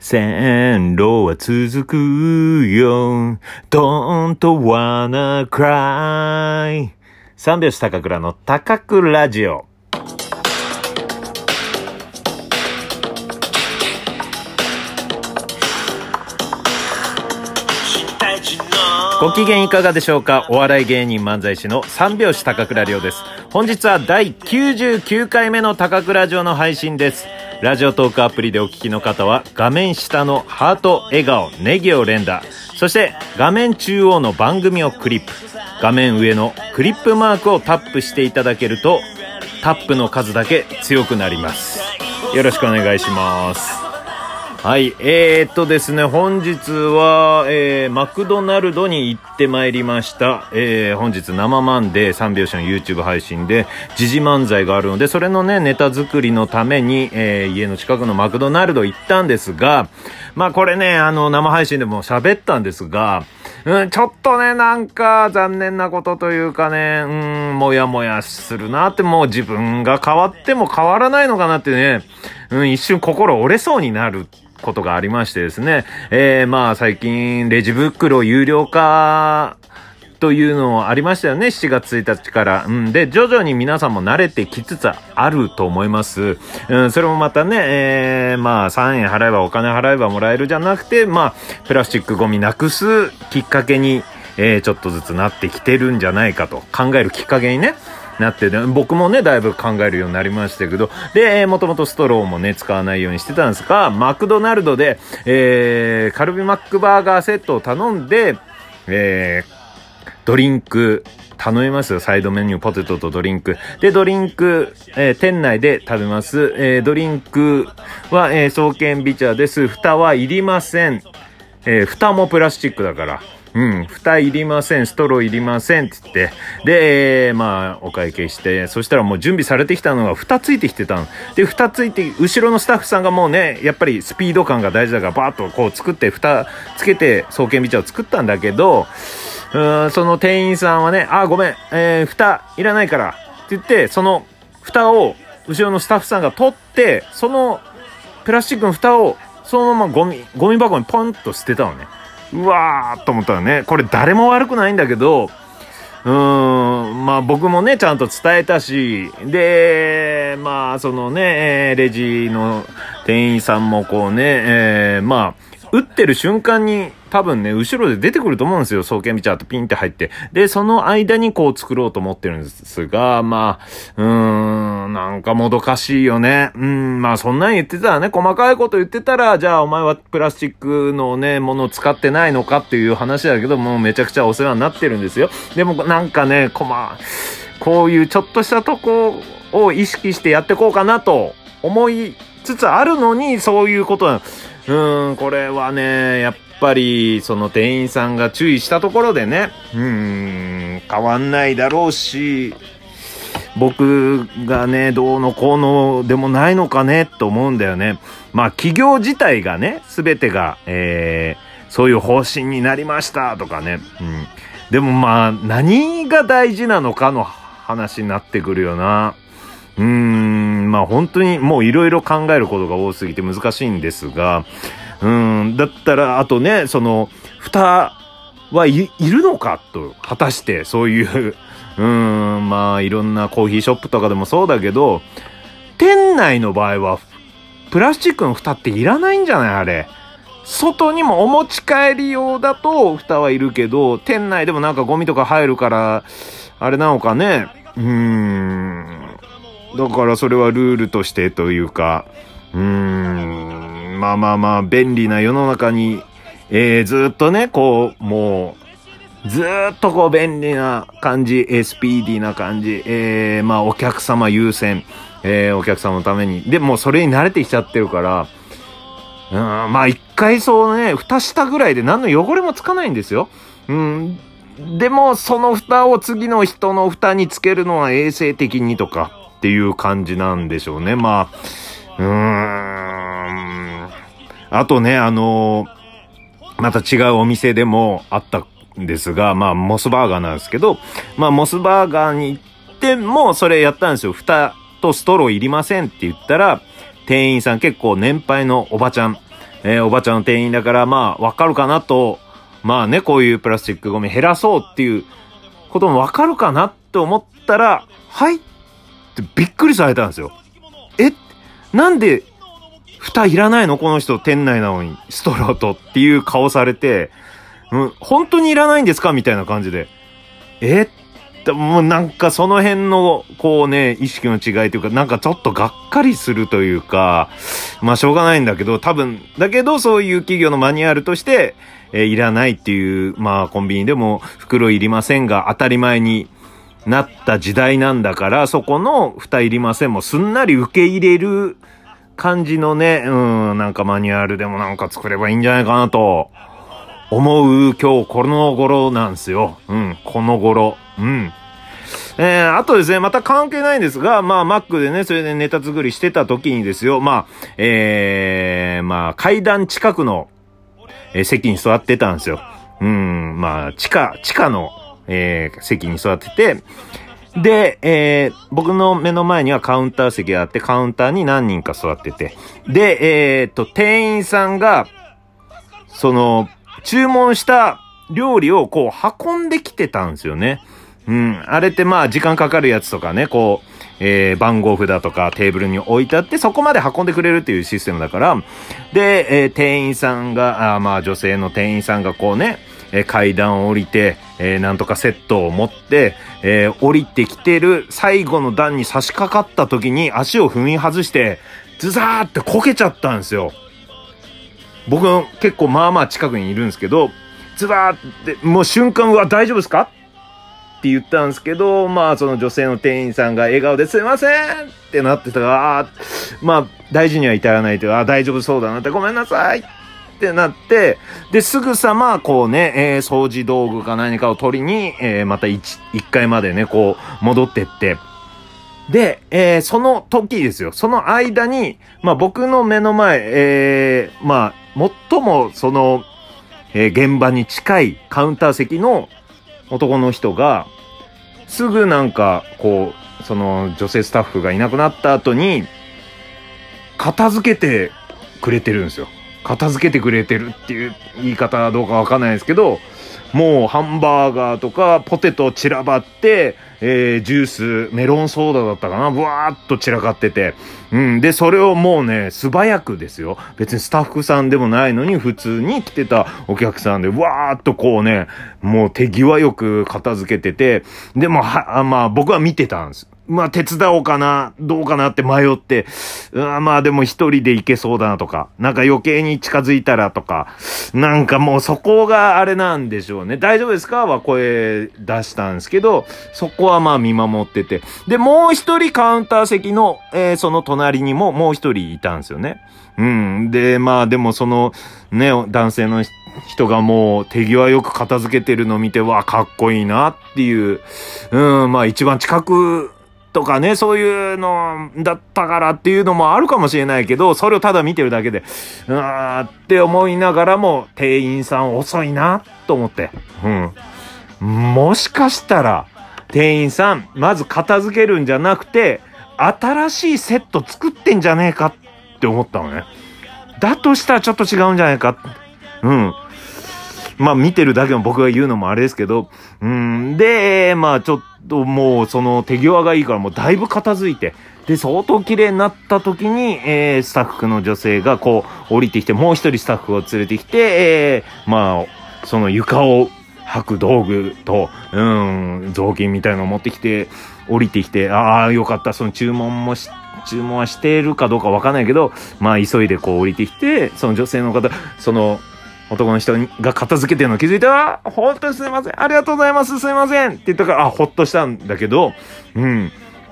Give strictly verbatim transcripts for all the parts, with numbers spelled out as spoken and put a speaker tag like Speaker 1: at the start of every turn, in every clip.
Speaker 1: 線路は続くよ Don't wanna cry 三拍子高倉の高倉ラジオ。ご機嫌いかがでしょうか。お笑い芸人漫才師の三拍子高倉涼です。本日はだいきゅうじゅうきゅうかいめの高倉ラジオの配信です。ラジオトークアプリでお聞きの方は画面下のハート、笑顔、ネギを連打、そして画面中央の番組をクリップ、画面上のクリップマークをタップしていただけるとタップの数だけ強くなります。よろしくお願いします。はい、えーっとですね、本日は、えー、マクドナルドに行ってまいりました。えー、本日生マンで三拍子の YouTube 配信で時事漫才があるので、それのね、ネタ作りのために、えー、家の近くのマクドナルド行ったんですが、まあこれね、あの、生配信でも喋ったんですが、うん、ちょっとね、なんか残念なことというかね、うん、もやもやするなって、もう自分が変わっても変わらないのかなってね、うん、一瞬心折れそうになることがありましてですね、えー、まあ最近レジ袋有料化というのありましたよね、しちがつついたちから。うん、で、徐々に皆さんも慣れてきつつあると思います。うん、それもまたね、えー、まあさんえん払えばお金払えばもらえるじゃなくて、まあプラスチックゴミなくすきっかけに、えー、ちょっとずつなってきてるんじゃないかと考えるきっかけにね、なってね、僕もねだいぶ考えるようになりましたけど、で、えー、もともとストローもね使わないようにしてたんですが、マクドナルドで、えー、カルビマックバーガーセットを頼んで、えー、ドリンク頼みますよ。サイドメニューポテトとドリンクで、ドリンク、えー、店内で食べます。えー、ドリンクは、えー、双剣ビチャーです。蓋はいりません。えー、蓋もプラスチックだからうん、蓋いりません、ストローいりませんって言って、で、えー、まあ、お会計して、そしたらもう準備されてきたのが蓋ついてきてたの。で、蓋ついて、後ろのスタッフさんがもうね、やっぱりスピード感が大事だから、バーッとこう作って、蓋つけて、双剣ビチャーを作ったんだけど、うーん、その店員さんはね、あ、ごめん、えー、蓋いらないから、って言って、その蓋を、後ろのスタッフさんが取って、そのプラスチックの蓋を、そのままゴミ、ゴミ箱にポンと捨てたのね。うわーと思ったらね、これ誰も悪くないんだけど、うーん、まあ僕もねちゃんと伝えたし、で、まあそのね、えー、レジの店員さんもこうね、えー、まあ打ってる瞬間に多分ね後ろで出てくると思うんですよ。双剣ビチャーとピンって入って、でその間にこう作ろうと思ってるんですが、まあうーん、なんかもどかしいよね。うん、まあそんなん言ってたらね、細かいこと言ってたら、じゃあお前はプラスチックのねものを使ってないのかっていう話だけど、もうめちゃくちゃお世話になってるんですよ。でもなんかね、こまこういうちょっとしたとこを意識してやってこうかなと思いつつあるのに、そういうことはうーん、これはね、やっぱり、その店員さんが注意したところでね、うーん、変わんないだろうし、僕がね、どうのこうのでもないのかね、と思うんだよね。まあ、企業自体がね、すべてが、えー、そういう方針になりましたとかね。うん。でもまあ、何が大事なのかの話になってくるよな。うーん、まあ本当にもういろいろ考えることが多すぎて難しいんですが、うーん、だったらあとね、その蓋はいいるのかと、果たしてそういううーん、まあいろんなコーヒーショップとかでもそうだけど、店内の場合はプラスチックの蓋っていらないんじゃない？あれ外にもお持ち帰り用だと蓋はいるけど、店内でもなんかゴミとか入るからあれなのかね。うーん、だからそれはルールとしてというか、うーん、まあまあまあ便利な世の中に、えー、ずっとねこうもうずーっとこう便利な感じ、えー、スピーディーな感じ、えー、まあお客様優先、えー、お客様のために、でもそれに慣れてきちゃってるから、うん、まあ一回そうね蓋したぐらいで何の汚れもつかないんですよ。うん、でもその蓋を次の人の蓋につけるのは衛生的にとかっていう感じなんでしょうね。まあ、うーん。あとね、あのー、また違うお店でもあったんですが、まあ、モスバーガーなんですけど、まあ、モスバーガーに行っても、それやったんですよ。蓋とストローいりませんって言ったら、店員さん結構年配のおばちゃん。 えー、おばちゃんの店員だから、まあ、わかるかなと、まあね、こういうプラスチックゴミ減らそうっていうこともわかるかなって思ったら、はいってびっくりされたんですよ。え、なんで、蓋いらないのこの人店内なのに、ストローとっていう顔されて、うん、本当にいらないんですかみたいな感じで。えもうなんかその辺の、こうね、意識の違いというか、なんかちょっとがっかりするというか、まあしょうがないんだけど、多分、だけどそういう企業のマニュアルとして、えー、いらないっていう、まあコンビニでも袋いりませんが当たり前になった時代なんだから、そこの蓋いりませんもすんなり受け入れる感じのね、うん、なんかマニュアルでもなんか作ればいいんじゃないかなと思う今日この頃なんですよ。うん、この頃。うん。えー、あとですね、また関係ないんですが、まあ、マックでね、それでネタ作りしてた時にですよ、まあ、えー、まあ、階段近くの、えー、席に座ってたんですよ。うん、まあ、地下、地下の、えー、席に座ってて、で、えー、僕の目の前にはカウンター席があって、カウンターに何人か座ってて、で、えー、っと、店員さんが、その、注文した料理をこう運んできてたんですよね。うん。あれってまあ時間かかるやつとかね、こう、えー、番号札とかテーブルに置いてあって、そこまで運んでくれるっていうシステムだから、で、えー、店員さんが、あまあ女性の店員さんがこうね、えー、階段を降りて、えー、なんとかセットを持って、えー、降りてきてる最後の段に差し掛かった時に足を踏み外して、ズザーってこけちゃったんですよ。僕結構まあまあ近くにいるんですけど、ズバーってもう瞬間は大丈夫ですかって言ったんですけど、まあその女性の店員さんが笑顔ですいませんってなってたから、あまあ大事には至らないというか、あ大丈夫そうだなってごめんなさいってなって、で、すぐさまこうね、えー、掃除道具か何かを取りに、えー、また 1, 1階までね、こう戻ってって、で、えー、その時ですよ。その間に、まあ僕の目の前、えー、まあ最もその、えー、現場に近いカウンター席の男の人が、すぐなんか、こう、その女性スタッフがいなくなった後に、片付けてくれてるんですよ。片付けてくれてるっていう言い方はどうかわかんないですけど、もうハンバーガーとかポテト散らばって、えー、ジュース、メロンソーダだったかな、ブワーっと散らかってて、うん、で、それをもうね、素早くですよ。別にスタッフさんでもないのに、普通に来てたお客さんで、わーっとこうね、もう手際よく片付けてて、でも、は、まあ僕は見てたんです。まあ手伝おうかな、どうかなって迷って、うわまあでも一人で行けそうだなとか、なんか余計に近づいたらとか、なんかもうそこがあれなんでしょうね。大丈夫ですかは声出したんですけど、そこはまあ見守ってて。で、もう一人カウンター席の、えー、その隣にももう一人いたんですよね。うん。で、まあでもそのね、男性の人がもう手際よく片付けてるのを見て、わかっこいいなっていう、うん、まあ一番近く、とかね、そういうのだったからっていうのもあるかもしれないけど、それをただ見てるだけで、うーって思いながらも、店員さん遅いな、と思って。うん。もしかしたら、店員さん、まず片付けるんじゃなくて、新しいセット作ってんじゃねえかって思ったのね。だとしたらちょっと違うんじゃないか。うん。まあ見てるだけの僕が言うのもあれですけど、うん。で、まあちょっともうその手際がいいからもうだいぶ片付いて、で、相当綺麗になった時に、えー、スタッフの女性がこう降りてきて、もう一人スタッフを連れてきて、えー、まあ、その床を履く道具と、うん、雑巾みたいなのを持ってきて、降りてきて、ああ、よかった、その注文もし、注文はしているかどうかわかんないけど、まあ急いでこう降りてきて、その女性の方、その、男の人が片付けてるのを気づいて、あ、本当にすいません。ありがとうございます。すいません。って言ったから、あ、ほっとしたんだけど、うん。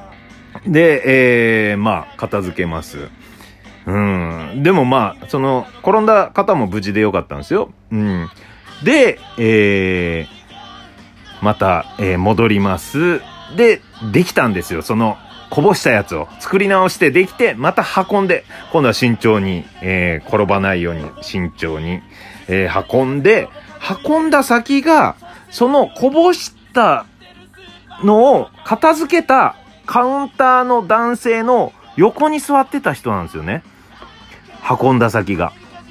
Speaker 1: で、えー、まあ、片付けます。うん。でもまあ、その、転んだ方も無事でよかったんですよ。うん。で、えー、また、えー、戻ります。で、できたんですよ。その、こぼしたやつを作り直してできて、また運んで、今度は慎重に、えー、転ばないように慎重に、えー、運んで、運んだ先が、そのこぼしたのを片付けたカウンターの男性の横に座ってた人なんですよね。運んだ先が。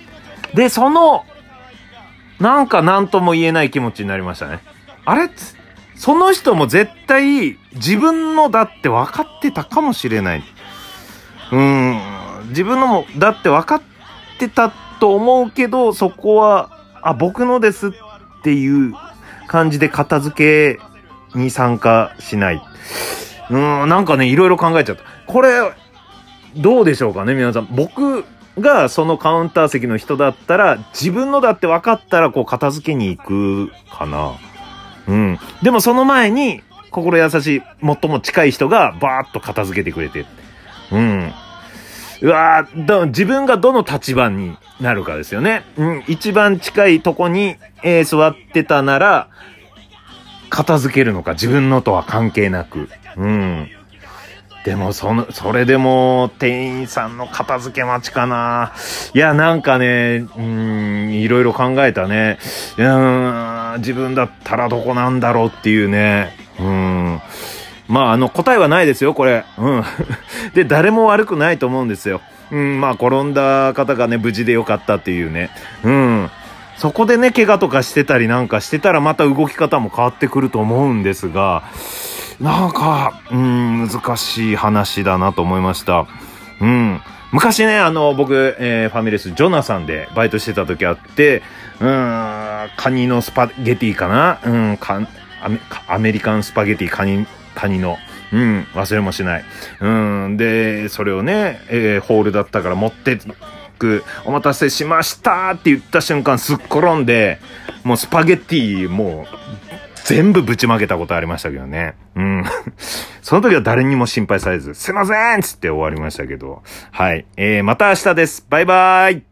Speaker 1: で、その、なんか何とも言えない気持ちになりましたね。あれ？その人も絶対自分のだって分かってたかもしれない。うーん。自分のもだって分かってたと思うけど、そこは、あ、僕のですっていう感じで片付けに参加しない。うーん、なんかね、いろいろ考えちゃった。これ、どうでしょうかね、皆さん。僕がそのカウンター席の人だったら、自分のだって分かったら、こう、片付けに行くかな。うん。でもその前に、心優しい、最も近い人が、バーッと片付けてくれて。うん。うわー、だ自分がどの立場になるかですよね。うん。一番近いとこに、えー、座ってたなら、片付けるのか、自分のとは関係なく。うん。でも、その、それでも、店員さんの片付け待ちかな。いや、なんかね、うーん、いろいろ考えたね。うーん、自分だったらどこなんだろうっていうね。うん。まあ、あの、答えはないですよ、これ。うん。で、誰も悪くないと思うんですよ。うん、まあ、転んだ方がね、無事でよかったっていうね。うん。そこでね、怪我とかしてたりなんかしてたら、また動き方も変わってくると思うんですが、なんか、うん、難しい話だなと思いました。うん。昔ね、あの、僕、えー、ファミレス、ジョナサンでバイトしてた時あって、うーん、カニのスパゲティかなうん、かアメ、アメリカンスパゲティ、カニ、カニの。うん、忘れもしない。うん、で、それをね、えー、ホールだったから持ってく、お待たせしましたって言った瞬間、すっ転んで、もうスパゲティ、もう、全部ぶちまけたことありましたけどね。うん。その時は誰にも心配されず、すいませんっつって終わりましたけど。はい。えー、また明日です。バイバーイ。